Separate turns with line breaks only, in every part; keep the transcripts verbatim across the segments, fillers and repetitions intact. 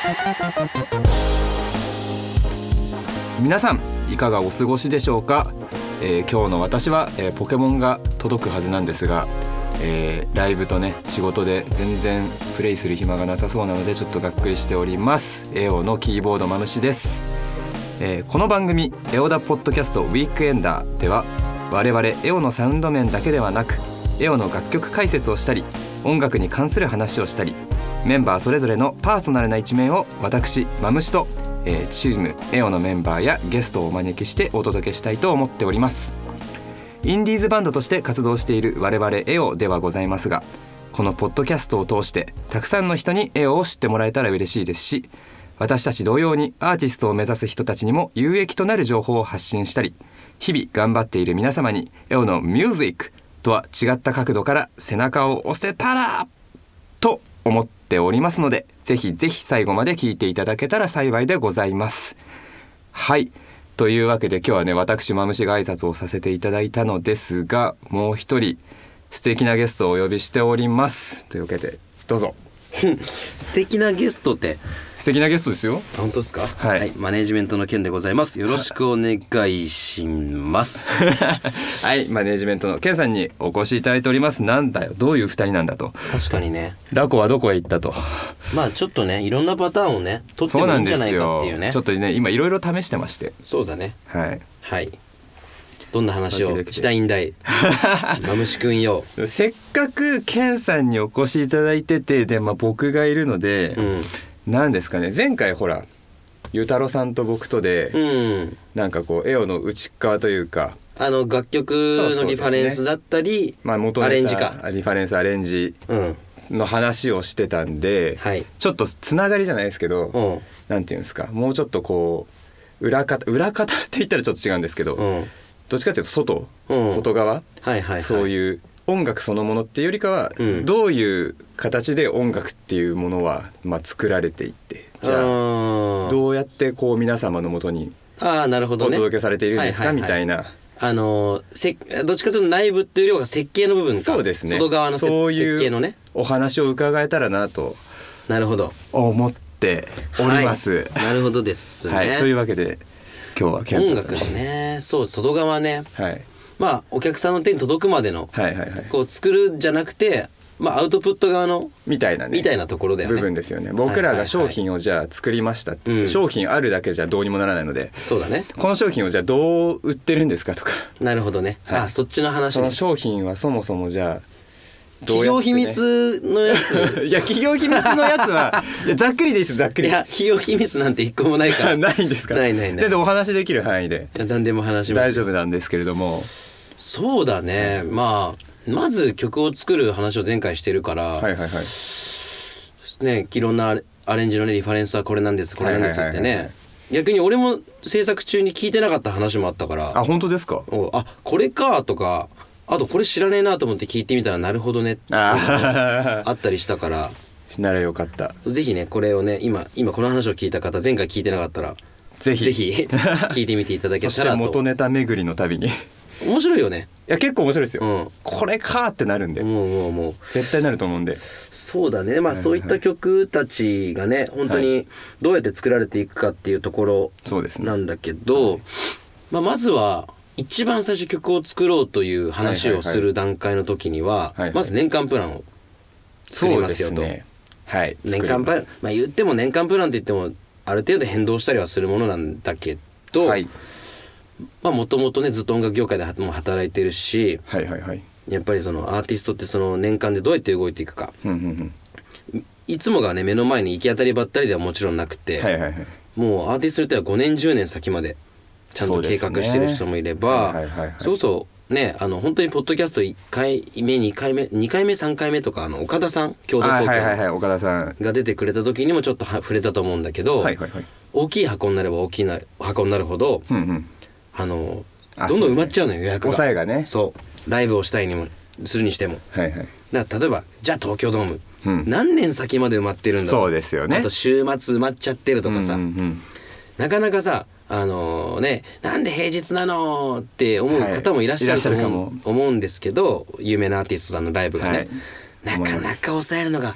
皆さんいかがお過ごしでしょうか。えー、今日の私は、えー、ポケモンが届くはずなんですが、えー、ライブとね仕事で全然プレイする暇がなさそうなのでちょっとがっくりしております。エオのキーボードマムシです。えー、この番組エオダポッドキャストウィークエンダーでは我々エオのサウンド面だけではなくエオの楽曲解説をしたり音楽に関する話をしたりメンバーそれぞれのパーソナルな一面を私マムシと、えー、チームエオのメンバーやゲストをお招きしてお届けしたいと思っております。インディーズバンドとして活動している我々エオではございますが、このポッドキャストを通してたくさんの人にエオを知ってもらえたら嬉しいですし、私たち同様にアーティストを目指す人たちにも有益となる情報を発信したり、日々頑張っている皆様にエオのミュージックとは違った角度から背中を押せたらと思っておりますので、ぜひぜひ最後まで聞いていただけたら幸いでございます。はい、というわけで今日はね私マムシが挨拶をさせていただいたのですが、もう一人素敵なゲストをお呼びしております。というわけでどうぞ。
素敵なゲストって
素敵なゲストですよ。
本当ですか。
はい、
はい、マネジメントの件でございます。よろしくお願いします
はい、マネジメントのケンさんにお越しいただいております。なんだよ、どういう二人なんだと。
確かにね、
ラコはどこへ行ったと。
まあちょっとねいろんなパターンをね取ってもいいんじゃないかっていうね。
ちょっとね今いろいろ試してまして。
そうだね。
はい
はい、どんな話をしたいんだいマムシくんよ。
せっかくケンさんにお越しいただいてて、で、まあ、僕がいるので、うん、なんですかね、前回ほらゆうたろうさんと僕とで、うん、なんかこうエオの内側というか
あの楽曲のリファレンスだったり、
まあ、元ネタアレンジかリファレンスアレンジの話をしてたんで、うん、ちょっとつながりじゃないですけど、うん、なんていうんですか、もうちょっとこう裏方裏方って言ったらちょっと違うんですけど、うん、どっちかというと外、うん、外側、はいはいはい、そういう音楽そのものっていうよりかは、うん、どういう形で音楽っていうものは、まあ、作られていって、じゃあどうやってこう皆様のもとにお届けされているんですか、みたいな。
あのせどっちかというと内部っていうよりは設計の部分か。
そうですね、
外側の
そういう
設計のね
お話を伺えたらなと
なるほど
思っております、
はい、なるほどですね、
はい、というわけで今日は
音楽のね、そう外側ね、はい、まあお客さんの手に届くまでの、はいはいはい、こう作るじゃなくて、まあ、アウトプット側の
みたいなね
みたいなところだよね、
部分ですよね。僕らが商品をじゃあ作りましたって、はいはいはい、商品あるだけじゃどうにもならないので、
うん、そうだね、
この商品をじゃあどう売ってるんですかとか。
なるほどね、はい、あそっちの話、ね、
その商品はそもそもじゃあ
どうやって、ね、企業秘密のやつ
いや企業秘密のやつはいやざっくりでいいです、ざっくり。
いや企業秘密なんて一個もないから
ないんですか。
ないないない。
でお話できる範囲で
何でも話します、
大丈夫なんですけれども。
そうだね、まあまず曲を作る話を前回してるから、はいはいはいね、いろんなアレンジの、ね、リファレンスはこれなんですこれなんですってね、はいはいはいはい、逆に俺も制作中に聞いてなかった話もあったから。
あ、本当ですか。
あ、これかとか、あとこれ知らねえなと思って聞いてみたらなるほどねってあったりしたから、
ならよかった。
ぜひねこれをね今今この話を聞いた方、前回聞いてなかったら
ぜひ
ぜひ聞いてみていただけたらと。そして
元ネタ巡りの旅に
面白いよね。
いや結構面白いですよ、うん、これかってなるんで、もうもうもう絶対なると思うんで。
そうだね、まあ、そういった曲たちがね本当にどうやって作られていくかっていうところなんだけど、はい、まあ、まずは一番最初曲を作ろうという話をする段階の時にはまず年間プランを作りますよと。そうですね、はい、年間プラン、まあ、言っても年間プランって言ってもある程度変動したりはするものなんだけど、はい、まあもともとねずっと音楽業界でも働いてるし、はいはいはい、やっぱりそのアーティストってその年間でどうやって動いていくか、うんうんうん、いつもがね目の前に行き当たりばったりではもちろんなくて、はいはいはい、もうアーティストによってはごねんじゅうねん先までちゃんと計画してる人もいれば、それこそね、あの本当にポッドキャストいっかいめにかいめにかいめさんかいめとか、あの岡田さん共同東京が出てくれた時にもちょっと触れたと思うんだけど、はいはいはい、大きい箱になれば大きいな箱になるほど、うんうん、あのどんどん埋まっちゃうのよ、予約が。
抑えがね。
そうライブをしたいにもするにしても、はいはい、だから例えばじゃあ東京ドーム、うん、何年先まで埋まってるんだろう。
そうですよね。
あと週末埋まっちゃってるとかさ、うんうんうん、なかなかさあのー、ねなんで平日なのって思う方もいらっしゃると思う、思うんですけど、有名なアーティストさんのライブがね、はい、なかなか抑えるのが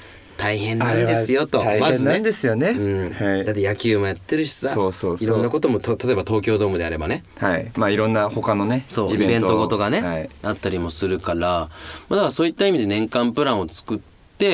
大変なんですよと、
大変なんですよね、
うんはい、だって野球もやってるしさ、そうそうそう、いろんなこともと例えば東京ドームであればね、
はい、まあいろんな他のね
そうイベントごとがね、はい、あったりもするから、まあ、だからそういった意味で年間プランを作って、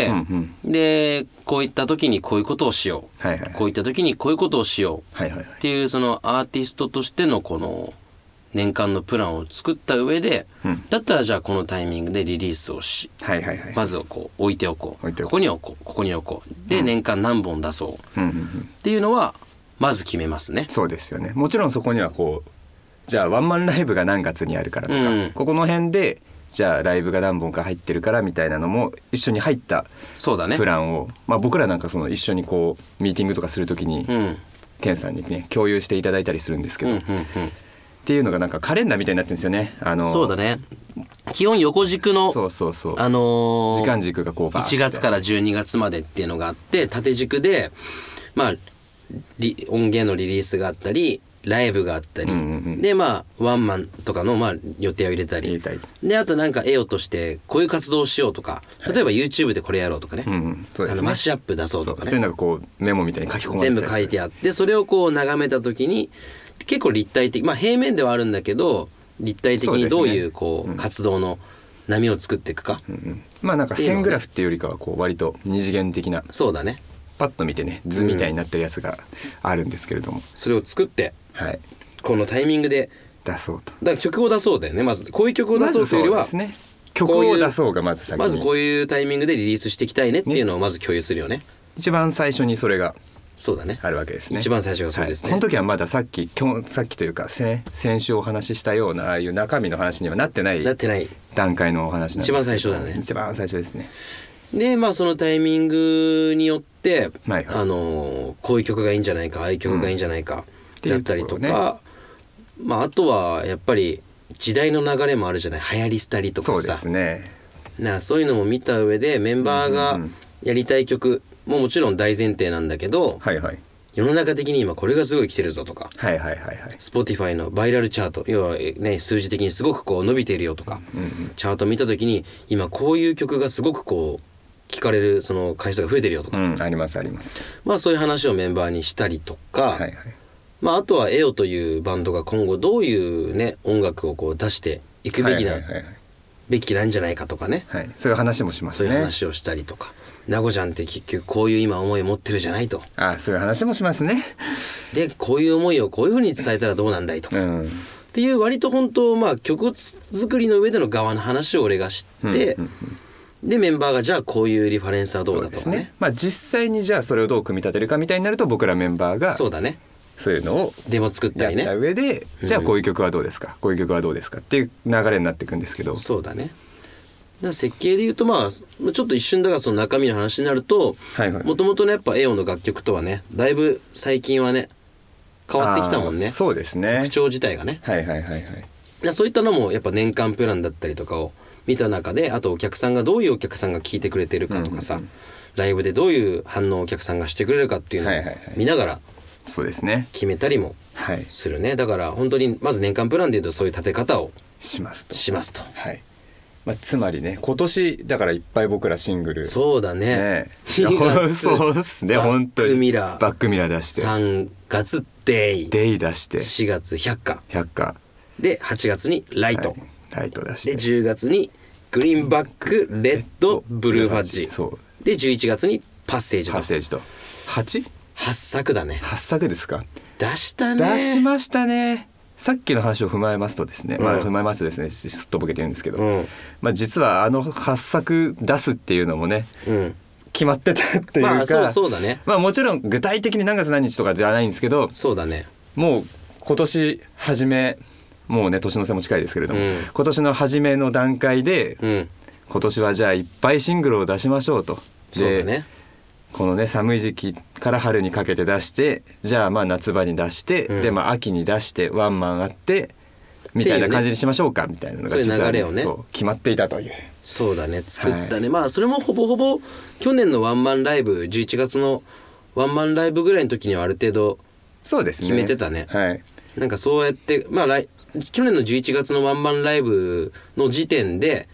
うんうん、でこういった時にこういうことをしよう、はいはい、こういった時にこういうことをしよう、はいはいはい、っていうそのアーティストとしてのこの年間のプランを作った上で、うん、だったらじゃあこのタイミングでリリースをし、はいはいはい、まずこう置いておこう、ここに置こうここに置こうで、うん、年間何本出そう、うんうんうん、っていうのはまず決めますね。
そうですよね。もちろんそこにはこうじゃあワンマンライブが何月にあるからとか、うん、ここの辺でじゃあライブが何本か入ってるからみたいなのも一緒に入ったプランを、ね、まあ、僕らなんかその一緒にこうミーティングとかするときに、うん、ケンさんにね共有していただいたりするんですけど、うんうんうん、っていうのがなんかカレンダーみたいになってるんですよね。あの
そうだね。基本横軸の
そうそうそう、
あのー、
時間軸がこうバーッ
いちがつからじゅうにがつまでっていうのがあって、縦軸でまあ音源のリリースがあったりライブがあったり、うんうんうん、でまあワンマンとかのまあ予定を入れたり、入れたりで、あとなんかエオとしてこういう活動をしようとか、例えば YouTube でこれやろうとかね、はい、うんうん、そうですね、あのマッシュアップ出そうとかね、
そういうのがこうメモみたいに書き込まれて
全部書いてあって、それをこう眺めた時に結構立体的、まあ平面ではあるんだけど立体的にどういうこう活動の波を作っていくか、うんうん、
まあなんか線グラフっていうよりかはこう割と二次元的な、
そうだね、
パッと見てね図みたいになってるやつがあるんですけれども、うん、
それを作って、はい、このタイミングで
出そうと。
だから曲を出そうだよね。まずこういう曲を出そうというよりは、まずそうですね、
曲を出そうがまず先に、
まずこういうタイミングでリリースしていきたいねっていうのをまず共有するよね。
一番最初にそれが
そうだね、
あるわけですね。
一番最初がそうですね、
はい、この時はまださっき今日さっきというか先先週お話ししたようなああいう中身の話にはなってない
なってない
段階のお話なんですけど、
一番最初だね。
一番最初ですね。
でまあそのタイミングによって、はいはい、あのこういう曲がいいんじゃないか、ああいう曲がいいんじゃないか、うん、だったりとか、ね、まああとはやっぱり時代の流れもあるじゃない、流行り廃りとかさ、
そうですね、
なそういうのも見た上でメンバーがやりたい曲ももちろん大前提なんだけど、はいはい、世の中的に今これがすごい来てるぞとか、はいはいはいはい、Spotify のバイラルチャート、要はね数字的にすごくこう伸びているよとか、うんうん、チャート見た時に今こういう曲がすごくこう聞かれるその回数が増えてるよとか、
うん、ありますあります。
まあそういう話をメンバーにしたりとか、はいはい、まああとはエオというバンドが今後どういうね音楽をこう出していくべきな、はいはいはいはい、べきなんじゃないかとかね、
はい、そういう話もしますね。
そういう話をしたりとか、ナゴちゃんって結局こういう今思いを持ってるじゃないと、
ああそういう話もしますね。
でこういう思いをこういう風に伝えたらどうなんだいとか、うん、っていう割と本当まあ曲作りの上での側の話を俺が知って、うんうんうん、でメンバーがじゃあこういうリファレンスはどうだとかね、そうですね、
まあ、実際にじゃあそれをどう組み立てるかみたいになると僕らメンバーが
そうだね、
そういうのを
デモ作ったりね
やった上で、じゃあこういう曲はどうですか、うん、こういう曲はどうですかっていう流れになっていくんですけど、
そうだね。だから設計でいうとまあちょっと一瞬だからその中身の話になると、もともとねやっぱエオの楽曲とはねだいぶ最近はね変わってきたもんね。
そうですね、
曲調自体がね、
はいはいはいはい、
そういったのもやっぱ年間プランだったりとかを見た中で、あとお客さんがどういうお客さんが聞いてくれてるかとかさ、うんうんうん、ライブでどういう反応をお客さんがしてくれるかっていうのを見ながら
そうですね
決めたりもするね。だから本当にまず年間プランでいうとそういう立て方を
しますと
しますと、
はい、まあ、つまりね今年だからいっぱい僕らシングル
そうだね、
ねそうですね、本当にバックミラーバックミラー出して、
さんがつデイ
デイ出して、
しがつ百花
百花
ではちがつにライト、はい、
ライト出して、
でじゅうがつにグリーンバックレッドブルーファッジ、そうでじゅういちがつにパッセージと
パッセージと はち?
はっ 作だね。
はっさくですか。
出したね、
出しましたね。さっきの話を踏まえますとですね、うん、まあ踏まえますとですねすっとぼけてるんですけど、うん、まあ実はあのはっさく出すっていうのもね、うん、決まってたっていうか、まあ
そうそうだね、
まあもちろん具体的に何月何日とかじゃないんですけど、
そうだね、
もう今年初めもうね年の瀬も近いですけれども、うん、今年の初めの段階で、うん、今年はじゃあいっぱいシングルを出しましょうと。で
そうだね、
このね寒い時期から春にかけて出して、じゃあまあ夏場に出して、うん、でまあ秋に出してワンマンあってみたいな感じにしましょうかみたいなのが実は、ね、
そういう流れをね
そう決まっていたという。
そうだね、作ったね、はい、まあそれもほぼほぼ去年のワンマンライブじゅういちがつのワンマンライブぐらいの時にはある程度決めてたね。
はい、
なんかそうやってまあ来去年のじゅういちがつのワンマンライブの時点で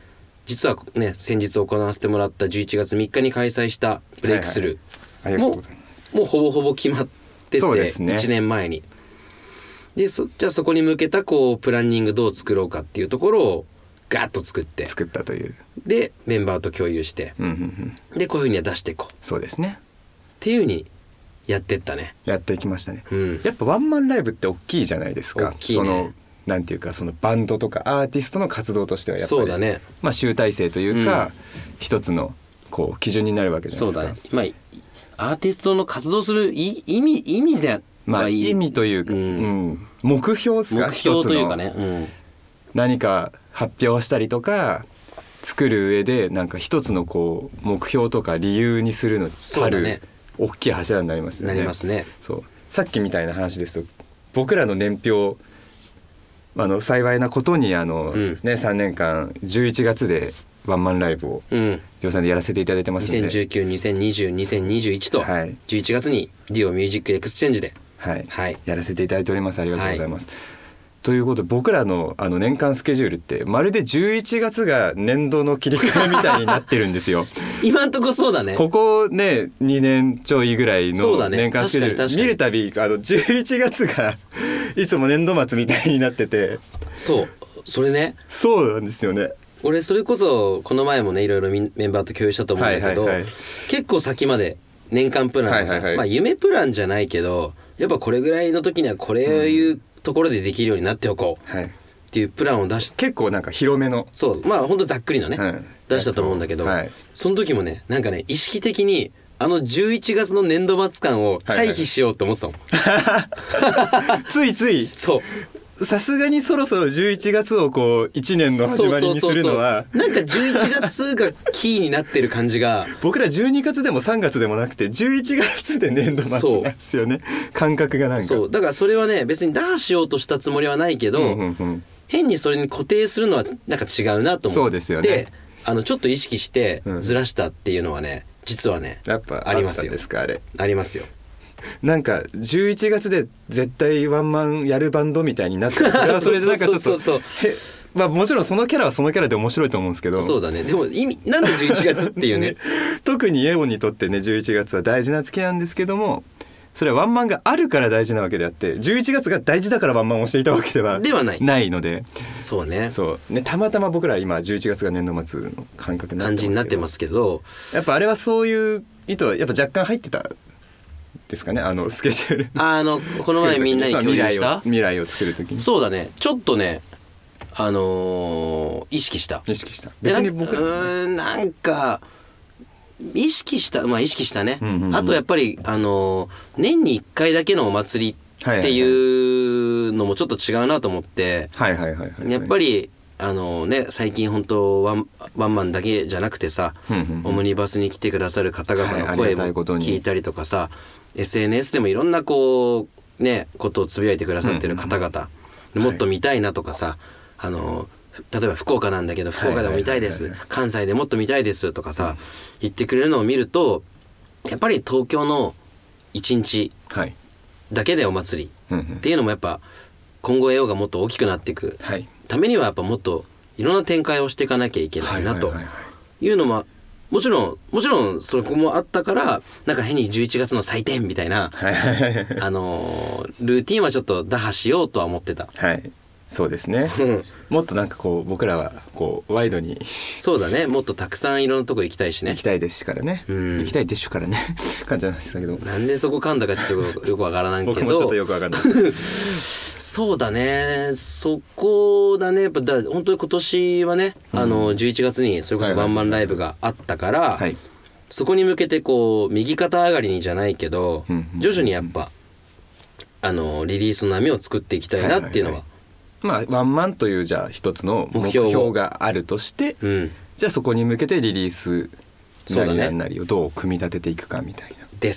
実はね先日行わせてもらったじゅういちがつみっかに開催したブレイクスルーも、はいはい、もうほぼほぼ決まってて、ね、いちねんまえにでそじゃあそこに向けたこうプランニングどう作ろうかっていうところをガッと作って
作ったという
でメンバーと共有して、うんうんうん、でこういうふうには出していこう
そうですね
っていうふうにやってったね
やっていきましたね、うん、やっぱワンマンライブって大きいじゃないですか。
大きいね。
そのなんていうかそのバンドとかアーティストの活動としてはやっぱり
そうだね、
まあ、集大成というか、うん、一つのこう基準になるわけじゃないですか。
そうだね、まあ、アーティストの活動する意味意味で、
まあ、意味というか、うんうん、目標ですか。
目標というかね、うん、
何か発表したりとか作る上でなんか一つのこう目標とか理由にするのたる、ね、大きい柱になりますよね。
なりますね。
そうさっきみたいな話ですと僕らの年表あの幸いなことにあの、うんね、さんねんかんじゅういちがつでワンマンライブをジョーさんでやらせていただいてますので、
にせんじゅうきゅう、にせんにじゅう、にせんにじゅういちとじゅういちがつにデュオミュージックエクスチェンジで、
はいはい、やらせていただいております。ありがとうございます、はい、ということで僕ら の, あの年間スケジュールってまるでじゅういちがつが年度の切り替えみたいになってるんですよ
今んとこそうだね。
ここねにねんちょいぐらいの年間スケジュール、ね、見るたびあのじゅういちがつがいつも年度末みたいになってて、
そうそれね
そうなんですよね。
俺それこそこの前もねいろいろメンバーと共有したと思うんだけど、はいはいはい、結構先まで年間プランをさ、はいはいはい、まあ夢プランじゃないけどやっぱこれぐらいの時にはこれいうところでできるようになっておこうっていうプランを出し、
結構なんか広めの
そうまあほんとざっくりのね、はい、出したと思うんだけど、はい、その時もねなんかね意識的にあのじゅういちがつの年度末感を回避しようと思ってたもん、
はいはい、ついついそうさすがにそろそろじゅういちがつをこういちねんの始まりにするのは
なんかじゅういちがつがキーになってる感じが
僕らじゅうにがつでもさんがつでもなくてじゅういちがつで年度末なんですよね。感覚がなんか
そうだからそれはね別に打破しようとしたつもりはないけど、うんうんうん、変にそれに固定するのはなんか違うなと思ってそうですよね。であのちょっと意識してずらしたっていうのはね、うん、実はね
やっぱありますよ。あったんですかあれ。
ありますよ。
なんかじゅういちがつで絶対ワンマンやるバンドみたいになってそれはそれでなんかちょっとまあもちろんそのキャラはそのキャラで面白いと思うんですけど
そうだね。でも意味なんでじゅういちがつっていうね
特にエオにとってねじゅういちがつは大事な月なんですけどもそれはワンマンがあるから大事なわけであってじゅういちがつが大事だからワンマンをしていたわけでは
ではない
ないので
そうね
そうねたまたま僕ら今じゅういちがつが年度末の感覚になってますけど感
じになってますけど
やっぱあれはそういう意図はやっぱ若干入ってたですかねあのスケジュール
あのこの前みんなに共有した
未来を作るときに
そうだねちょっとねあのー、意識した
意識した別に僕
うーんなんか意識したまあ意識したね、うんうんうん、あとやっぱりあのー、年にいっかいだけのお祭りっていうのもちょっと違うなと思って、はいはいはいはい、やっぱりあのね最近本当ワンワンマンだけじゃなくてさ、うんうんうん、オムニバスに来てくださる方々の声も聞いたりとかさ、はい、エスエヌエス でもいろんなこうねことをつぶやいてくださってる方々、うんうん、もっと見たいなとかさ、はい、あの例えば福岡なんだけど福岡でも見たいです、はいはいはいはい、関西でもっと見たいですとかさ、うん、言ってくれるのを見るとやっぱり東京のいちにちだけでお祭りっていうのもやっぱ今後エオがもっと大きくなっていく、はいためにはやっぱもっといろんな展開をしていかなきゃいけないなというのももちろんもちろんそこもあったからなんか変にじゅういちがつの祭典みたいなあのルーティンはちょっと打破しようとは思ってた。
はいそうですねもっとなんかこう僕らはこうワイドに
そうだねもっとたくさんいろんなとこ行きたいしね
行きたいですからね、うん、行きたいですからね感じましたけど
なんでそこ噛んだかちょっとよくわからないけど
僕もちょっとよくわかんない
そうだねそこだねやっぱだ本当に今年はね、うん、あのじゅういちがつにそれこそワンマンライブがあったから、はいはい、そこに向けてこう右肩上がりにじゃないけど、うんうん、徐々にやっぱあのリリースの波を作っていきたいなっていうのは、はいはいはい
まあ、ワンマンというじゃあ一つの目標があるとして、うん、じゃあそこに向けてリリースなりなんなりをどう組み立てていくかみたいな
です。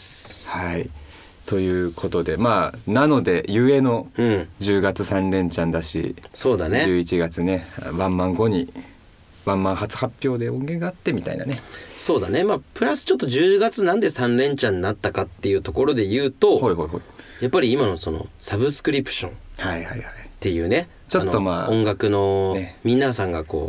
はいということでまあなのでゆえのじゅうがつさん連チャンだし、うん、
そうだね
じゅういちがつねワンマン後にワンマン初発表で音源があってみたいなね
そうだねまあプラスちょっとじゅうがつなんでさん連チャンになったかっていうところで言うと、はいはいはい、やっぱり今のそのサブスクリプションっていうね、はいはいはい、ちょっとまあ音楽の皆さんがこう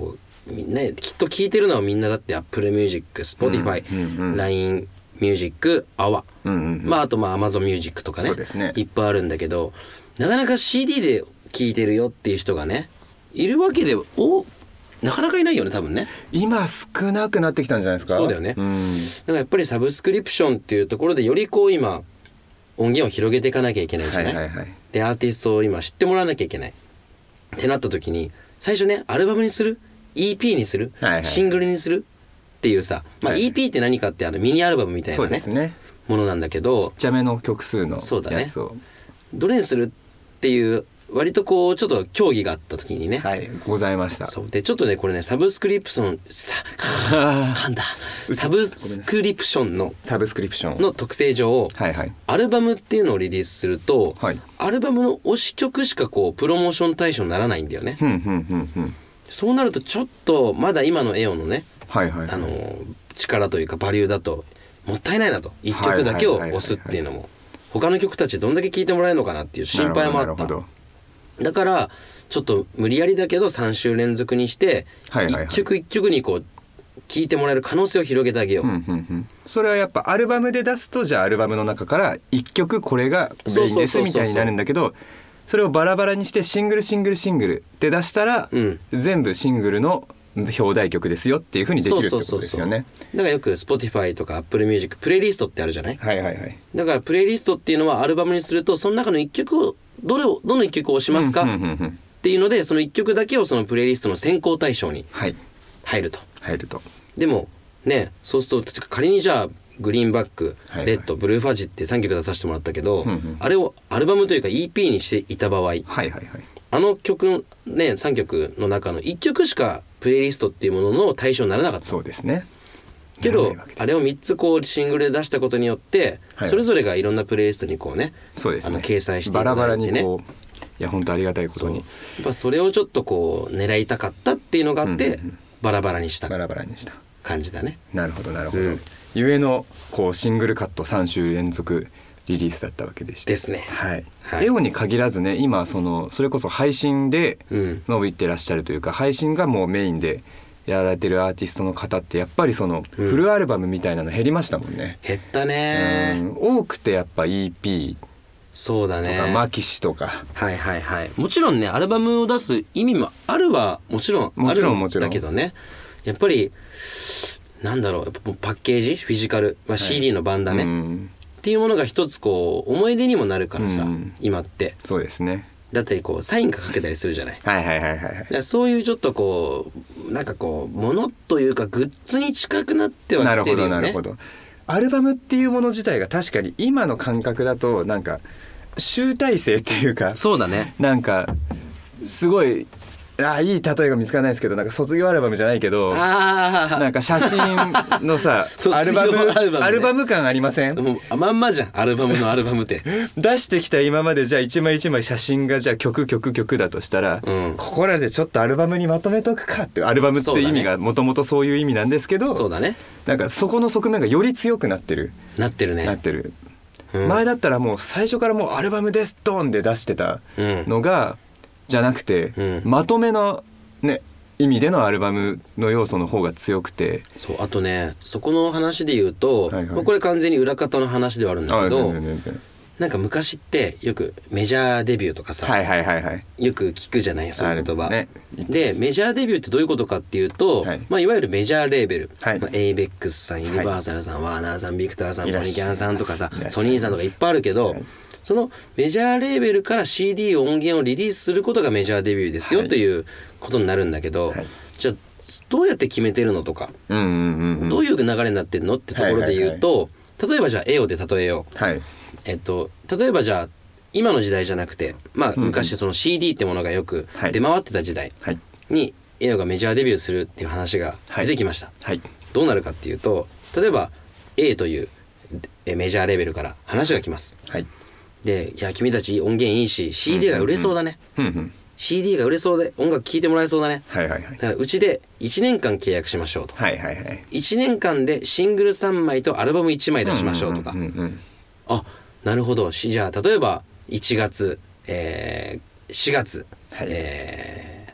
ね、きっと聞いてるのはみんなだって Apple Music、Spotify、うんうんうん、ライン Music、Awa、うんうんうん、まああとまあ Amazon Music とか ね, そうですねいっぱいあるんだけど、なかなか シーディー で聞いてるよっていう人がねいるわけでおなかなかいないよね多分ね。
今少なくなってきたんじゃないですか。
そうだよね、うん、だからやっぱりサブスクリプションっていうところでよりこう今音源を広げていかなきゃいけないじゃない、はいはいはい、でアーティストを今知ってもらわなきゃいけないってなった時に最初ねアルバムにする イーピー にする、はいはい、シングルにするっていうさ、まあ、イーピー って何かってあのミニアルバムみたいな ね, ね, ねものなんだけど
ちっちゃめの曲数のやつを
そうだねどれにするっていう割とこうちょっと協議があった時にね、
はい、ございました。
そうでちょっとねこれねサブスクリプションさ噛んだサブスクリプションの
サブスクリプション
の特性上、はいはい、アルバムっていうのをリリースすると、はい、アルバムの推し曲しかこうプロモーション対象にならないんだよね。ふんふんふんふんそうなるとちょっとまだ今のエオのね、はいはいはい、あの力というかバリューだともったいないなといっきょくだけを押すっていうのも他の曲たちどんだけ聴いてもらえるのかなっていう心配もあった。だからちょっと無理やりだけどさん週連続にしていっきょくいっきょくにこう聴いてもらえる可能性を広げてあげよう、うんうんうん、
それはやっぱアルバムで出すとじゃあアルバムの中からいっきょくこれがメインですみたいになるんだけど、それをバラバラにしてシングルシングルシングルで出したら、うん、全部シングルの表題曲ですよっていう風にできるってことですよね。
だからよく Spotify とか Apple Music プレイリストってあるじゃない、はいはいはい、だからプレイリストっていうのはアルバムにするとその中のいっきょくをどれをどのいっきょくを押しますか、うんうんうんうん、っていうのでそのいっきょくだけをそのプレイリストの選考対象に入ると、
はい、入ると
でもねそうすると仮にじゃあグリーンバック、はいはい、レッド、ブルーファジってさんきょく出させてもらったけど、うんうん、あれをアルバムというか イーピー にしていた場合、はいはいはい、あの曲ねさんきょくの中のいっきょくしかプレイリストっていうものの対象にならなかった。
そうですね。
けどあれをみっつこうシングルで出したことによって、はい、それぞれがいろんなプレイリストにこうね、そうですね、あの掲載していただいてね、バラバラにこう
いや本当ありがたいことに
やっぱそれをちょっとこう狙いたかったっていうのがあって、うんうんうん、バラバラにした
バラバラにした
感じだね。
なるほどなるほど、うん、ゆえのこうシングルカットさん週連続リリースだったわけでした
ですね、
はいはい、エオに限らずね今そのそれこそ配信で伸びてらっしゃるというか、うん、配信がもうメインでやられてるアーティストの方ってやっぱりそのフルアルバムみたいなの減りましたもんね、
うん、減ったね、
うん、多くてやっぱ イーピー
そうだね
とかマキシとか
はいはいはいもちろんねアルバムを出す意味もあるはもちろんあるんだけどねやっぱりなんだろうやっぱパッケージフィジカル、まあ、シーディー の版だね、はいうんっていうものが一つこう思い出にもなるからさ、うん、今って
そうですね
だったりこうサインが書けたりするじゃない
はいはいはいはい、
そういうちょっとこうなんかこうものというかグッズに近くなってはきてるよね。
なるほどなるほど。アルバムっていうもの自体が確かに今の感覚だとなんか集大成っていうか
そうだね
なんかすごいあいい例えが見つからないですけどなんか卒業アルバムじゃないけどなんか写真のさアルバムアルバム、ね、アルバム感ありません？
もうまんまじゃんアルバムのアルバムって
出してきた今までじゃあ一枚一枚写真がじゃあ曲曲曲だとしたら、うん、ここらでちょっとアルバムにまとめとくかってアルバムって意味がもともとそういう意味なんですけど
そうだね
なんかそこの側面がより強くなってる
なってるね
なってる、うん、前だったらもう最初からもうアルバムですドンで出してたのが、うん、じゃなくて、うん、まとめのね、意味でのアルバムの要素の方が強くて
そうあとねそこの話で言うと、はいはい、これ完全に裏方の話ではあるんだけどなんか昔ってよくメジャーデビューとかさ、はいはいはいはい、よく聞くじゃないそういう言葉、ね、でメジャーデビューってどういうことかっていうと、はいまあ、いわゆるメジャーレーベル、はいまあ、エイベックス さんユニバーサルさん、はい、ワーナーさんビクターさんポニキャンさんとかさソニーさんとかいっぱいあるけど、はいそのメジャーレーベルから シーディー 音源をリリースすることがメジャーデビューですよ、はい、ということになるんだけど、はい、じゃあどうやって決めてるのとか、うんうんうん、どういう流れになってるのってところで言うと、はいはいはい、例えばじゃあエオで例えよう、はいえっと、例えばじゃあ今の時代じゃなくて、まあ、昔その シーディー ってものがよく出回ってた時代にエオがメジャーデビューするっていう話が出てきました、はいはい、どうなるかっていうと例えば A というメジャーレベルから話が来ます、はいでいや君たち音源いいし シーディー が売れそうだね、うんうんうん、シーディー が売れそうで音楽聴いてもらえそうだね、はいはいはい、だからうちでいちねんかん契約しましょうと、はいはいはい、いちねんかんでシングルさんまいとアルバムいちまい出しましょうとか、うんうんうんうん、あなるほどじゃあ例えばいちがつ、えー、しがつ、はいえー、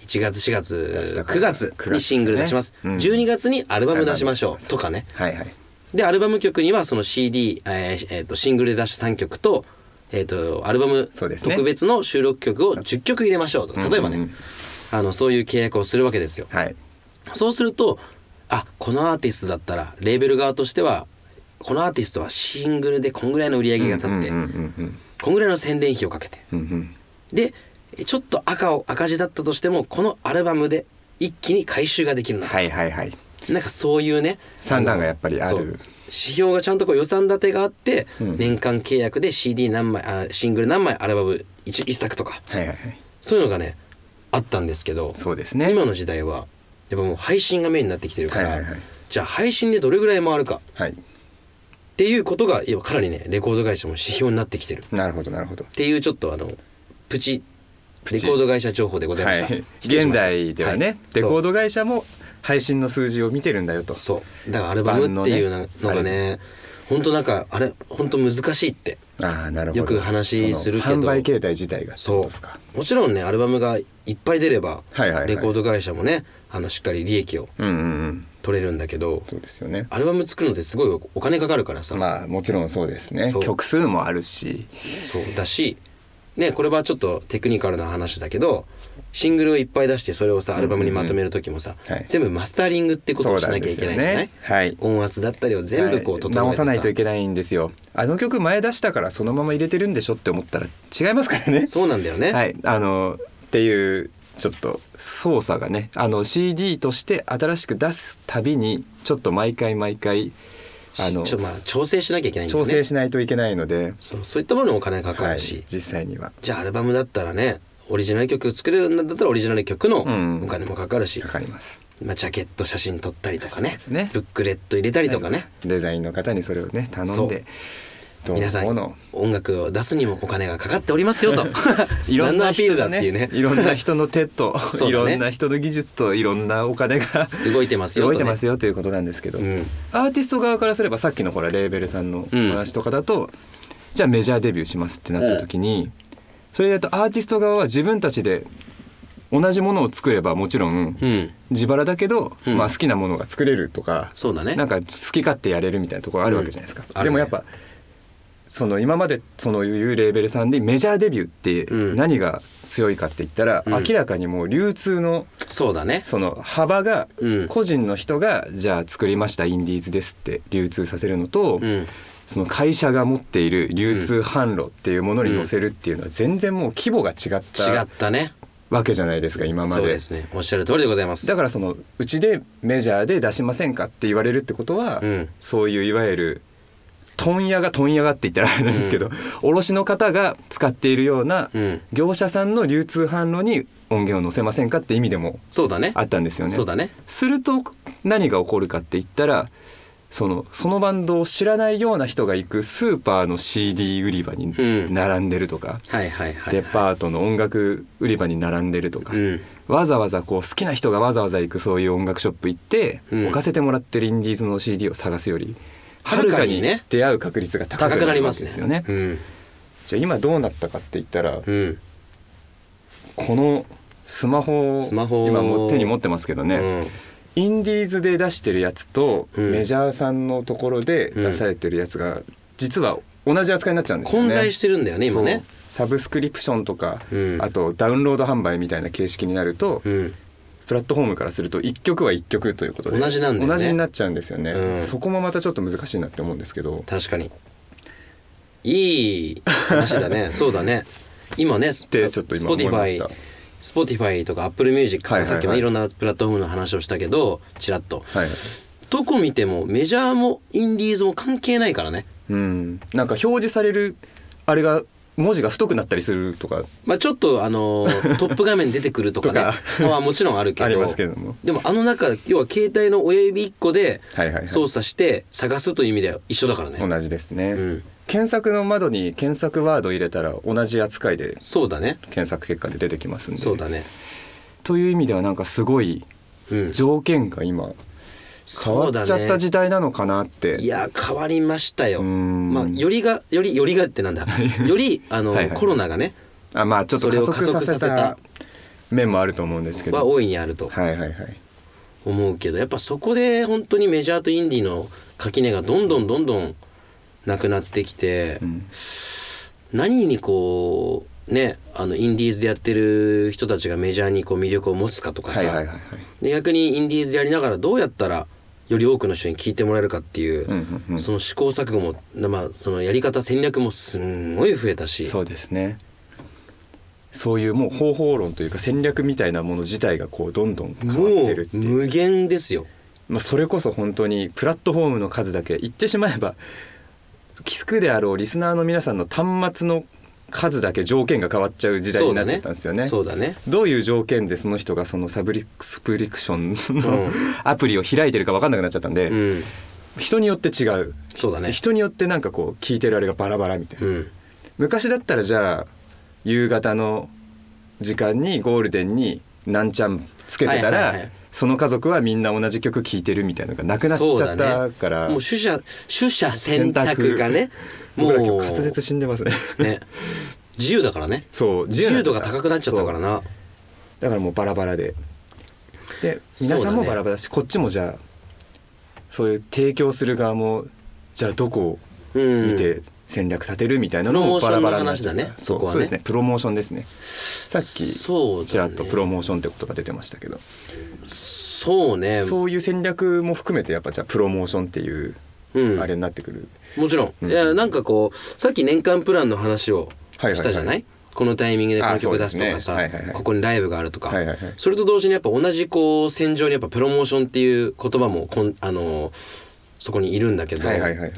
ちがつしがつ
出したから
くがつにシングル出します、
うん、
じゅうにがつにアルバム出しましょうとかね、
はいはい、
でアルバム曲にはその シーディー、えーえー、とシングルで出したさんきょくと、えー、とアルバム特別の収録曲をじゅっきょく入れましょうとか、例えばね、うんうんうん、あのそういう契約をするわけですよ、
はい、
そうするとあこのアーティストだったらレーベル側としてはこのアーティストはシングルでこんぐらいの売り上げが立って、うんうんうんうん、こんぐらいの宣伝費をかけて、うんうん、でちょっと赤を赤字だったとしてもこのアルバムで一気に回収ができるのだ、
はいはいはい、
なんかそういうね
算段がやっぱりある、
指標がちゃんとこう予算立てがあって、うん、年間契約で シーディー 何枚あシングル何枚アルバム 1, 一作とか、はいはいはい、そういうのがねあったんですけど、
そうですね、
今の時代はやっぱもう配信がメインになってきてるから、はいはいはい、じゃあ配信でどれぐらい回るか、はい、っていうことがかなりねレコード会社も指標になってきてる。
なるほどなるほど。
っていうちょっとあのプチレコード会社情報でございました。はい、
現代ではね、はい、レコード会社も配信の数字を見てるんだよと。
そうだからアルバムっていうのがね本当なんかあれ本当難しいって
あなるほどよ
く話するけど、
販売形態自体が
そうですか。もちろんねアルバムがいっぱい出れば、はいはいはい、レコード会社もねあのしっかり利益を取れるんだけど、うんうんうん、
そうですよね、
アルバム作るのってすごいお金かかるからさ、
まあもちろんそうですね、曲数もあるし
そうだしね、これはちょっとテクニカルな話だけどシングルをいっぱい出してそれをさアルバムにまとめる時もさ、うんうんはい、全部マスタリングってことをしなきゃいけないじゃない、ねはい、音圧だったりを全部こう整えてさ、
はい、直さないといけないんですよ。あの曲前出したからそのまま入れてるんでしょって思ったら違いますからね。
そうなんだよね、
はい、あのっていうちょっと操作がねあの シーディー として新しく出すたびにちょっと毎回毎回
あのちょまあ調整しなきゃいけないんだよね。
調整しないといけないので
そう、そういったものにお金かかるし、はい、
実際には
じゃあアルバムだったらねオリジナル曲作れるんだったらオリジナル曲のお金もかかるし、
うん、かかります、
まあ、ジャケット写真撮ったりとか ね,
ね
ブックレット入れたりとかね
デザインの方にそれをね頼んで
皆さん音楽を出すにもお金がかかっておりますよと
いろんな
人のね
いろんな人の手と、ね、いろんな人の技術といろんなお金が
動いてますよと、ね、
動いてますよということなんですけど、うん、アーティスト側からすればさっきのほらレーベルさんのお話とかだと、うん、じゃあメジャーデビューしますってなった時に、うん、それだとアーティスト側は自分たちで同じものを作ればもちろん自腹だけど、うんまあ、好きなものが作れるとか、
そうだね、
なんか好き勝手やれるみたいなところあるわけじゃないですか、うん、でもやっぱその今までそのいうレーベルさんでメジャーデビューって何が強いかって言ったら、うん、明らかにもう流通の
そうだね、
その幅が個人の人がじゃあ作りましたインディーズですって流通させるのと、うん、その会社が持っている流通販路っていうものに載せるっていうのは全然もう規模が違った
違ったね
わけじゃないですか今まで。
そうですね、おっしゃる通りでございます。
だからそのうちでメジャーで出しませんかって言われるってことは、うん、そういういわゆる問屋が問屋がって言ったらあれなんですけど、うん、卸の方が使っているような業者さんの流通販路に音源を載せませんかって意味でもあったんですよね。
そうだね。
すると何が起こるかって言ったらその、そのバンドを知らないような人が行くスーパーの シーディー 売り場に並んでるとか、うんはいはいはいはい、デパートの音楽売り場に並んでるとか、うん、わざわざこう好きな人がわざわざ行くそういう音楽ショップ行って、うん、置かせてもらってるインディーズの シーディー を探すよりはるかに出会う確率が高くなるわけですよね。
うん、
じゃあ今どうなったかって言ったら、うん、このスマホを今も手に持ってますけどね、うん、インディーズで出してるやつと、うん、メジャーさんのところで出されてるやつが実は同じ扱いになっちゃうんですよね。
混在してるんだよね今ね。
サブスクリプションとか、うん、あとダウンロード販売みたいな形式になると、うんプラットフォームからするといっきょくはいっきょくということで
同じなんだよね。
同じになっちゃうんですよね、うん、そこもまたちょっと難しいなって思うんですけど。
確かにいい話だねそうだね今ね
ってちょっと今思いました。
Spotify とか Apple Music とか、はいはいはい、さっきもいろんなプラットフォームの話をしたけどチラッと、はいはい、どこ見てもメジャーもインディーズも関係ないからね。
うんなんか表示されるあれが文字が太くなったりするとか、
まあ、ちょっとあのトップ画面出てくるとかね差はもちろんあるけど
ありますけども、
でもあの中要は携帯の親指いっこで操作して探すという意味では一緒だからね、
同じですね、うん、検索の窓に検索ワード入れたら同じ扱いで
そうだね
検索結果で出てきますんで。
そうだね
という意味ではなんかすごい条件が今、うん変わっちゃった時代なのかなって、
ね、いや変わりましたよ。まあよりがよりよりがってなんだよりあのはい、はい、コロナがね
あまあちょっと加速させた面もあると思うんですけど
は大いにあると
はいはいはい
思うけど、やっぱそこで本当にメジャーとインディーの垣根がどんどんどんどんなくなってきて、うん、何にこうねあのインディーズでやってる人たちがメジャーにこう魅力を持つかとかさ、はいはいはいはい、で逆にインディーズでやりながらどうやったらより多くの人に聞いてもらえるかっていう、うんうんうん、その試行錯誤も、まあ、そのやり方戦略もすんごい増えたし、
そうですね。そういうもう方法論というか戦略みたいなもの自体がこうどんどん変わってるっていう、
もう無限ですよ。
まあ、それこそ本当にプラットフォームの数だけ言ってしまえば聞くであろうリスナーの皆さんの端末の数だけ条件が変わっちゃう時代になっちゃったんですよね。
そうだね。
どういう条件でその人がそのサブリスプリクションの、うん、アプリを開いてるか分かんなくなっちゃったんで、うん、人によって違う。
そうだね。
人によってなんかこう聞いてるあれがバラバラみたいな、うん、昔だったらじゃあ夕方の時間にゴールデンに何ちゃんつけてたら、はいはいはい、その家族はみんな同じ曲聴いてるみたいなのがなくなっちゃったから、
ね、もう取捨取捨選択がね
僕ら今日滑舌死んでますね
ね自由だからね。
そう
自由度が高くなっちゃったからな。
だからもうバラバラでで皆さんもバラバラだし、ね、こっちもじゃあそういう提供する側もじゃあどこを見て戦略立てるみたいなのもバラバラになっちゃった。
ね、
そう、そうですね。プロモーションですね。さっきちらっとプロモーションってことが出てましたけど、
そうね。
そういう戦略も含めてやっぱじゃあプロモーションっていう、うん、あれになってくる。
もちろん、うん、いやなんかこうさっき年間プランの話をしたじゃない、はいはいはい、このタイミングでこの曲出すとかさ、ねはいはいはい、ここにライブがあるとか、はいはいはい、それと同時にやっぱ同じこう戦場にやっぱプロモーションっていう言葉もこんあのそこにいるんだけど、はいはいはいはい、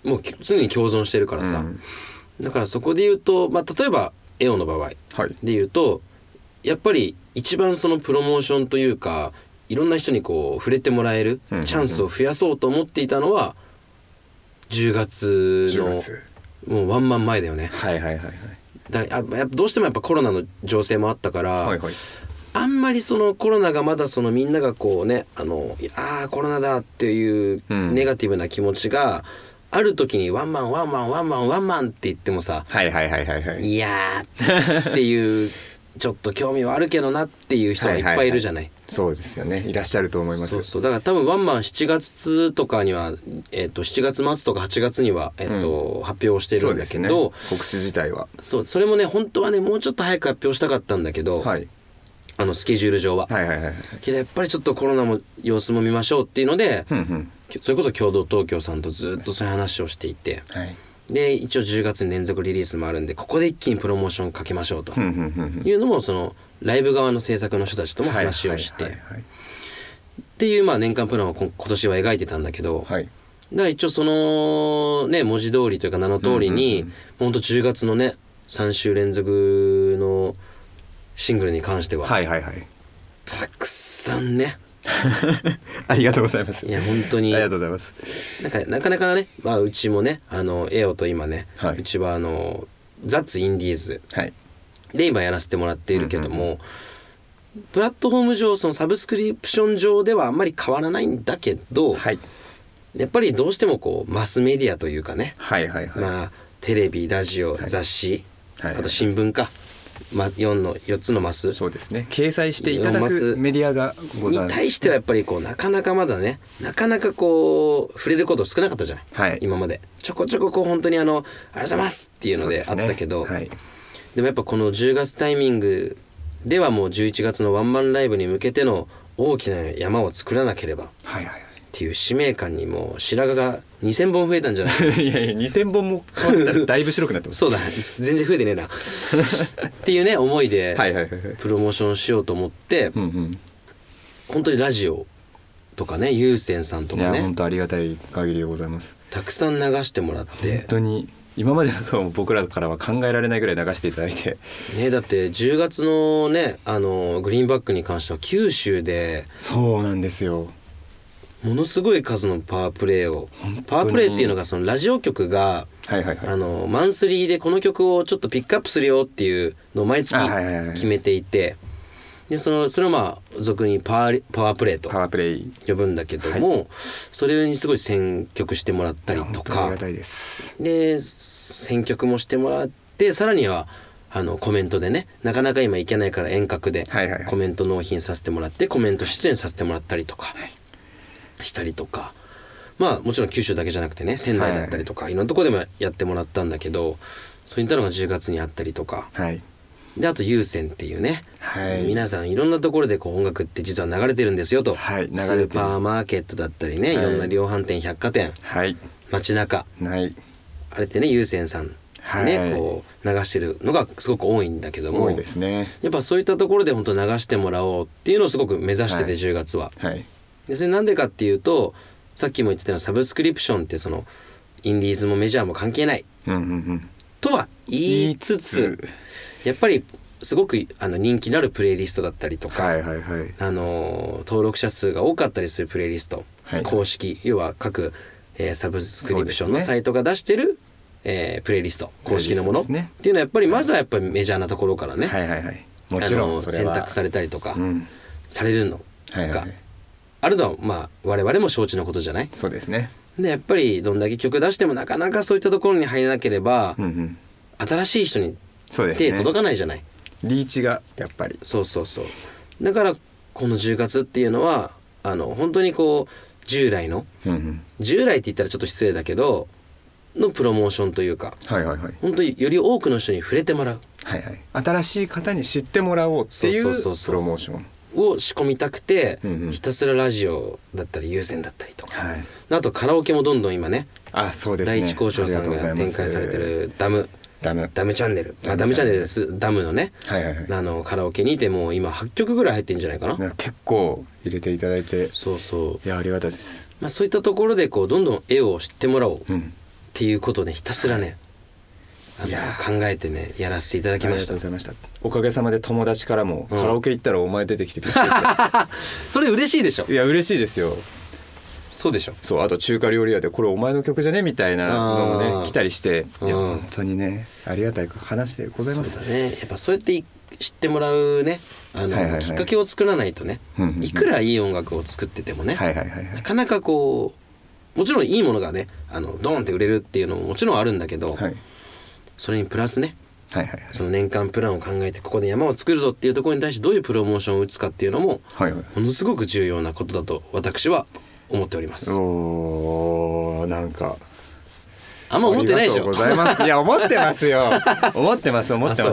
もう常に共存してるからさ、うん、だからそこで言うと、まあ、例えばエオの場合で言うと、はい、やっぱり一番そのプロモーションというかいろんな人にこう触れてもらえるチャンスを増やそうと思っていたのはじゅうがつのもうワンマン前だよね。
はいはいはいはい。
だやっぱどうしてもやっぱコロナの情勢もあったから、はいはい、あんまりそのコロナがまだそのみんながこうねあのあーコロナだっていうネガティブな気持ちが、うんある時にワンマンワンマンワンマンワンマンって言ってもさ、
はいはいはいはいはい、
いやーっていうちょっと興味はあるけどなっていう人がいっぱいいるじゃない。はいはいはい、
そうですよね。いらっしゃると思います。
そうそうだから多分ワンマンしちがつとかには、えー、としちがつ末とかはちがつには、えーとうん、発表してるんだけど、
そうですね、告知自体は
そうそれもね本当はねもうちょっと早く発表したかったんだけど、はい、あのスケジュール上は、はいはいはいはい、けどやっぱりちょっとコロナも様子も見ましょうっていうので、うんうんそれこそ共同東京さんとずっとそういう話をしていて、はい、で一応じゅうがつに連続リリースもあるんでここで一気にプロモーションかけましょうというのもそのライブ側の制作の人たちとも話をしてっていうまあ年間プランを今年は描いてたんだけど、はい、だから一応そのね文字通りというか名の通りにほんとじゅうがつのねさん週連続のシングルに関しては、はいはいはい、たくさんね
ありがとうございます。
いや本当に
ありがとうございます。
なんかなかなかね、まあ、うちもねあのエオと今ね、はい、うちはあのザッツインディーズで今やらせてもらっているけども、はいうんうんうん、プラットフォーム上そのサブスクリプション上ではあんまり変わらないんだけど、はい、やっぱりどうしてもこうマスメディアというかね、はいはいはい、まあテレビラジオ、はい、雑誌、はいはいはい、あと新聞かま、よんのよっつのマス
そうですね掲載していただくメディアがございます
に対してはやっぱりこうなかなかまだねなかなかこう触れること少なかったじゃない、はい、今までちょこちょここう本当にあのありがとうございますっていうのであったけど で,、ねはい、でもやっぱこのじゅうがつタイミングではもうじゅういちがつのワンマンライブに向けての大きな山を作らなければ、はいはいっていう使命感にもう白髪がにせんぼん増えたんじゃない
いやいやにせんぼんも変わってたらだいぶ白くなってます
そうだ全然増えてねえなっていうね思いでプロモーションしようと思って、うんうん、本当にラジオとかね有線さんとかね
いや本当ありがたい限りでございます。
たくさん流してもらって
本当に今までの僕らからは考えられないぐらい流していただいて
ねだってじゅうがつのねあのグリーンバックに関しては九州で
そうなんですよ
ものすごい数のパワープレイをパワープレイっていうのがそのラジオ局が、はいはいはい、あのマンスリーでこの曲をちょっとピックアップするよっていうのを毎月決めていて、はいはいはい、でそのそれをまあ俗にパワー、パワープレイと呼ぶんだけども、はい、それにすごい選曲してもらったりとか
ありがたいです。
で選曲もしてもらってさらにはあのコメントでね、なかなか今行けないから遠隔でコメント納品させてもらって、コメント出演させてもらったりとかしたりとか、まあもちろん九州だけじゃなくてね、仙台だったりとか、いろんなところでもやってもらったんだけど、そういったのがじゅうがつにあったりとか、はい、であと有線っていうね、はい、皆さんいろんなところでこう音楽って実は流れてるんですよと、はい、流れてるスーパーマーケットだったりね、はい、いろんな量販店、百貨店、はい、街中、はい、あれってね有線さんね、はい、こう流してるのがすごく多いんだけども、
多いですね。
やっぱそういったところで本当流してもらおうっていうのをすごく目指してて、はい、じゅうがつは、はい、でそれなんでかっていうと、さっきも言ってたようなサブスクリプションってそのインディーズもメジャーも関係ない、うんうんうん、とは言いつつ、やっぱりすごくあの人気のあるプレイリストだったりとか、はいはいはい、あの登録者数が多かったりするプレイリスト、はい、公式要は各、えー、サブスクリプションのサイトが出してる、えー、プレイリスト公式のもの、ね、っていうのはやっぱりまずはやっぱりメジャーなところからね、はいはいはい、もちろんそれは選択されたりとか、うん、されるのが、はいはい、あるのはまあ我々も承知のことじゃない。
そうですね。
でやっぱりどんだけ曲出してもなかなかそういったところに入れなければ、うんうん、新しい人に手届かないじゃない、ね、
リーチがやっぱり
そうそうそう。だからこのじゅうがつっていうのはあの本当にこう従来の、うんうん、従来って言ったらちょっと失礼だけどのプロモーションというか、はいはいはい、本当により多くの人に触れてもらう、はいはい、
新しい方に知ってもらおうっていうプロモーション
を仕込みたくて、うんうん、ひたすらラジオだったり有線だったりとか、はい、あとカラオケもどんどん今ね、
あ、そうですね、
第一交渉さんが展開されてるダムダムダムチャンネル、ダムチャンネルです、ダムのね、はいはいはい、あのカラオケにてもう今はっきょくぐらい入ってるんじゃないかな。
結構入れていただいて、
そうそう、
いやありがたいです、
まあ、そういったところでこうどんどん絵を知ってもらおうっていうことでひたすらね、はい、あの考えてねやらせていただきました。
ありがとうございました。おかげさまで友達からも、うん、カラオケ行ったらお前出てきてくれて
それ嬉しいでしょ。
いや嬉しいですよ。
そうでしょ。
そう、あと中華料理屋でこれお前の曲じゃねみたいなのもね来たりして、いや本当にねありがたい話でございます。
そうだね、やっぱそうやって知ってもらうね、あの、はいはいはい、きっかけを作らないとね、いくらいい音楽を作っててもね、はいはいはいはい、なかなかこうもちろんいいものがねあのドーンって売れるっていうのももちろんあるんだけど、はい、それにプラスね、はいはいはい、その年間プランを考えてここで山を作るぞっていうところに対してどういうプロモーションを打つかっていうのも、はいはい、ものすごく重要なことだと私は思っております。
おー、なんか
あんま思ってないでしょ。
ありがとうございます。いや思ってますよ思ってます思ってます。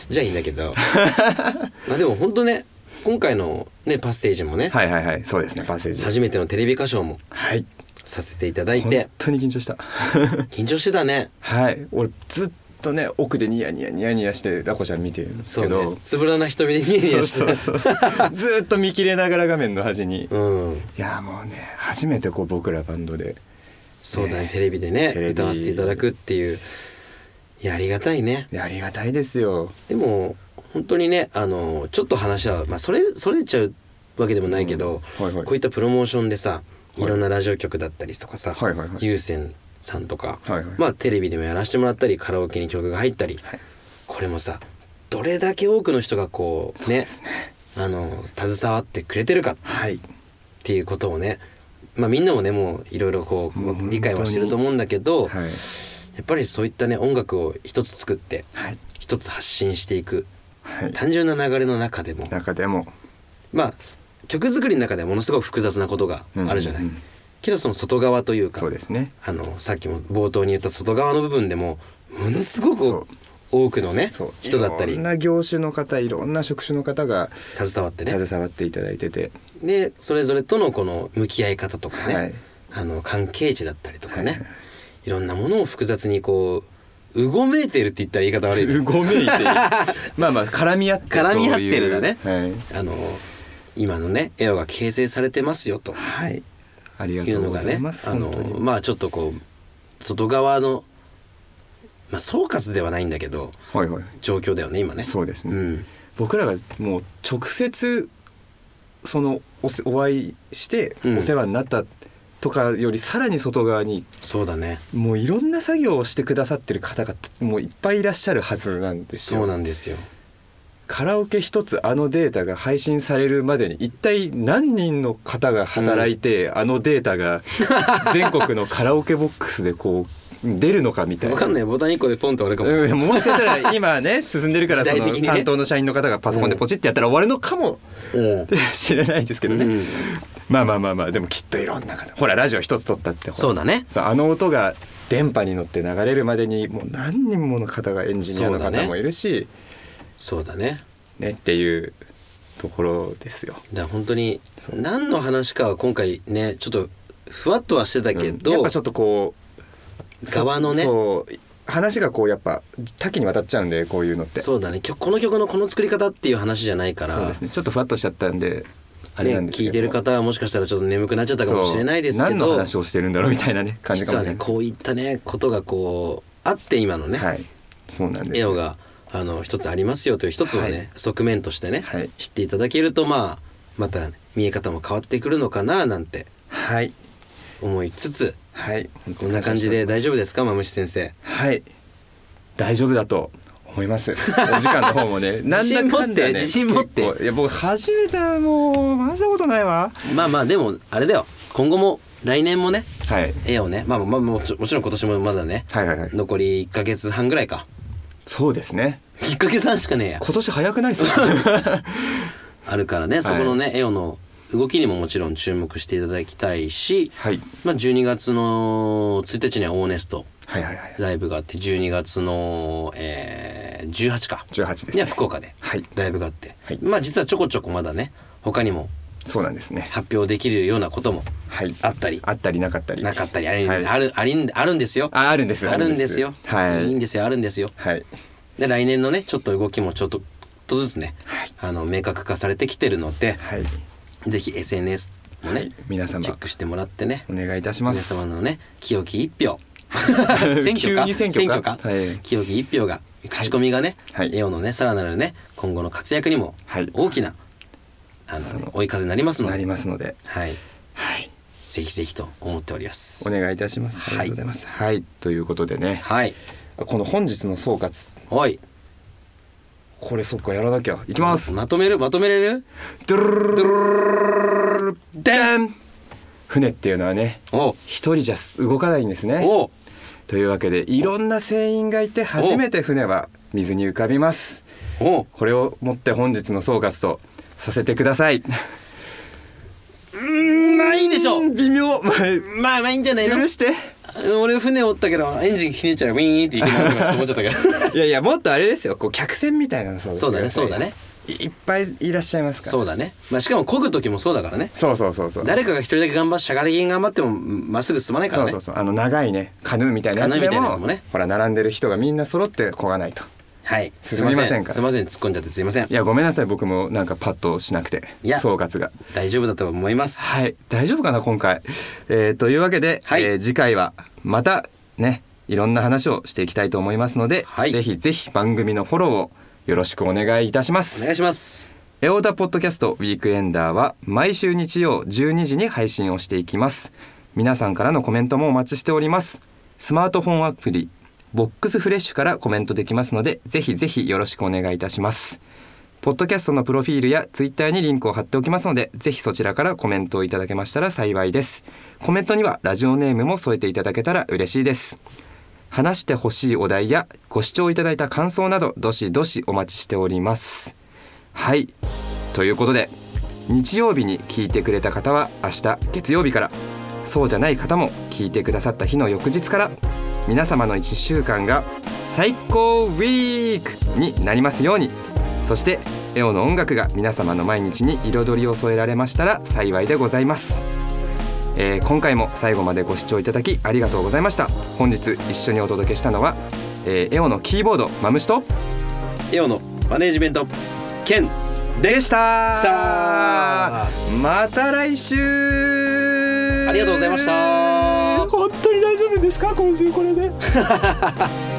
じゃあいいんだけどまあでも本当ね、今回のねパッセージもね、
はいはいはい、そうですね、パッセージ
初めてのテレビ歌唱もさせていただいて、はい、
本当に緊張した
緊張してたね。
はい、俺ずっとね奥でニヤニヤニヤニヤしてラコちゃん見てるんですけど、そうね、
つぶらな瞳でニヤニヤして
そうそうそうずっと見切れながら画面の端に、うん、いやもうね初めてこう僕らバンドで、
そうだね、テレビでね歌わせていただくっていう、いやありがたいね。
いやありがたいですよ。
でも本当にね、あのちょっと話は、まあ、それそれちゃうわけでもないけど、うんはいはい、こういったプロモーションでさ、いろんなラジオ局だったりとかさ、はいはいはいはい、有線さんとか、はいはい、まあテレビでもやらせてもらったり、カラオケに曲が入ったり、はい、これもさどれだけ多くの人がこう ね, ねあの携わってくれてるかっていうことをね、まあみんなもねもういろいろこう理解はしてると思うんだけど、はい、やっぱりそういったね音楽を一つ作って一つ発信していく、はい、単純な流れの中でも
中でも
まあ曲作りの中ではものすごく複雑なことがあるじゃない、うんうんうん、けどその外側というか、
そうですね、
あのさっきも冒頭に言った外側の部分でもものすごく多くのね人だったり、
いろんな業種の方、いろんな職種の方が
携わってね
携わっていただいてて、
でそれぞれとのこの向き合い方とかね、はい、あの関係値だったりとかね、はい、いろんなものを複雑にこううごめいてるって言ったら言い方悪い、ね、
うごめいてるまあまあ絡み合って
絡み合ってるだね、はい、あの今のねエオが形成されてますよと、
はい、ありがとうございます。
いうのがね、あのまあちょっとこう外側の、まあ、総括ではないんだけど、はいはい、状況だよね今ね。
そうですね、うん、僕らがもう直接その お, お会いしてお世話になったとかよりさらに外側に、
そうだね、
もういろんな作業をしてくださってる方がもういっぱいいらっしゃるはずなんですよ。
そうなんですよ。
カラオケ一つあのデータが配信されるまでに一体何人の方が働いて、うん、あのデータが全国のカラオケボックスでこう出るのかみたいな。
分かんない、ボタンいっこでポンと終わるかも、
うん、もしかしたら今ね進んでるからその担当の社員の方がパソコンでポチってやったら終わるのかもしれないですけどね、うん、まあまあまあまあでもきっといろんな方、ほらラジオ一つ撮ったって
そうだね、
あの音が電波に乗って流れるまでにもう何人もの方がエンジニアの方もいるし、
そうだね、
ねっていうところですよ。
だから本当に何の話かは今回ねちょっとふわっとはしてたけど、うん、
やっぱちょっとこう
側のね
そう話がこうやっぱ多岐にわたっちゃうんで、こういうのって
そうだね、この曲のこの作り方っていう話じゃないから、
そうですね、ちょっとふわっとしちゃったんであれなんですけど、
ね、聞いてる方はもしかしたらちょっと眠くなっちゃったかもしれないですけど、
何の話をしてるんだろうみたいなね感じかもしれない。
実はねこういったねことがこうあって今のね、
はい、そうなんです
エオがあの一つありますよという一つのね、はい、側面としてね、はい、知っていただけると、まあまた、ね、見え方も変わってくるのかななんて思いつつ、
はい、
こんな感じで大丈夫ですか、マムシ先生。
はい、大丈夫だと思いますお時間の方もね
なんだかんだね自信持って自信持って、
いや僕初めてもう回したことないわ。
まあまあでもあれだよ、今後も来年もね、
はい、
絵をね、まあまあもちろん今年もまだね、
はいはいはい、
残りいっかげつはんぐらいか。
そうですね、
いっかげつはんしかねえや、
今年早くないですか
あるからね、そこのね、はい、エオの動きにももちろん注目していただきたいし、はい、まあ、じゅうにがつのついたちにはオーネストライブがあって、じゅうにがつの、えー、じゅうはちか
じゅうはちですね、
福岡でライブがあって、はい、まあ実はちょこちょこまだね他にも
そうなんですね、
発表できるようなこともあったり、
はい、あったりなかったり
なかったりある、
はい、
ある、ある、あるんですよ。
あ、あるんです
あるんですよ、はい、いいんですよ、あるんですよ、
はい、
で来年のねちょっと動きもちょっとずつね、はい、あの明確化されてきてるので、はい、ぜひ エスエヌエス もね、はい、皆様チェックしてもらってね、
お願いいたします。
皆様のね清き一票選挙か
選挙か、
はい、清き一票が口コミがね、はい、エオのねさらなるね今後の活躍にも大きな、はい、あの追い風になりますので、
なりますので、
はい、はい、ぜひぜひと思っております。
お願いいたします。ありがとうございます。はい、はい、ということでね、
はい、
この本日の総括、
はい、
これそっかやらなきゃいきます。
まとめるまとめれる？
ドゥルルルルルデン。船っていうのはね、一人じゃ動かないんですね。おというわけでいろんな船員がいて初めて船は水に浮かびます。おこれをもって本日の総括とさせてください。
うーん、まあいいでしょう。
微妙。まあ
まあまあいいんじゃないの。
許して。
俺船おったけどエンジンひねっちゃうウィーンっていけないとかちょっと思っちゃったけど
いやいやもっとあれですよ、こう客船みたいなの。
そうそうだねそうだね、
いっぱいいらっしゃいますから。
そうだね、まあ、しかも漕ぐ時もそうだからね。
そうそうそうそう、誰
かが一人だけ頑張ってしゃがり気に頑張ってもまっすぐ進まないからね。
そうそうそう、あの長いねカヌーみたいなやつで も, も、ね、ほら並んでる人がみんな揃って漕がないと、はい、進みませんから。
すいません突っ込んじゃってすいません。
いやごめんなさい、僕もなんかパッとしなくて、いや総括が
大丈夫だと思います。
はい、大丈夫かな今回、えー、というわけで、はい、えー、次回はまたねいろんな話をしていきたいと思いますので、はい、ぜひぜひ番組のフォローをよろしくお願いいたします。
お願いします。
エオダポッドキャストウィークエンダーは毎週日曜じゅうにじに配信をしていきます。皆さんからのコメントもお待ちしております。スマートフォンアプリボックスフレッシュからコメントできますので、ぜひぜひよろしくお願いいたします。ポッドキャストのプロフィールやツイッターにリンクを貼っておきますので、ぜひそちらからコメントをいただけましたら幸いです。コメントにはラジオネームも添えていただけたら嬉しいです。話してほしいお題やご視聴いただいた感想などどしどしお待ちしております。はい、ということで日曜日に聞いてくれた方は明日月曜日から、そうじゃない方も聞いてくださった日の翌日から、皆様のいっしゅうかんが最高ウィークになりますように。そしてエオの音楽が皆様の毎日に彩りを添えられましたら幸いでございます。えー、今回も最後までご視聴いただきありがとうございました。本日一緒にお届けしたのは、えー、エオのキーボードマムシと
エオのマネージメントケン
でした。また来週。
ありがとうございました。
本当に大丈夫ですか今週これで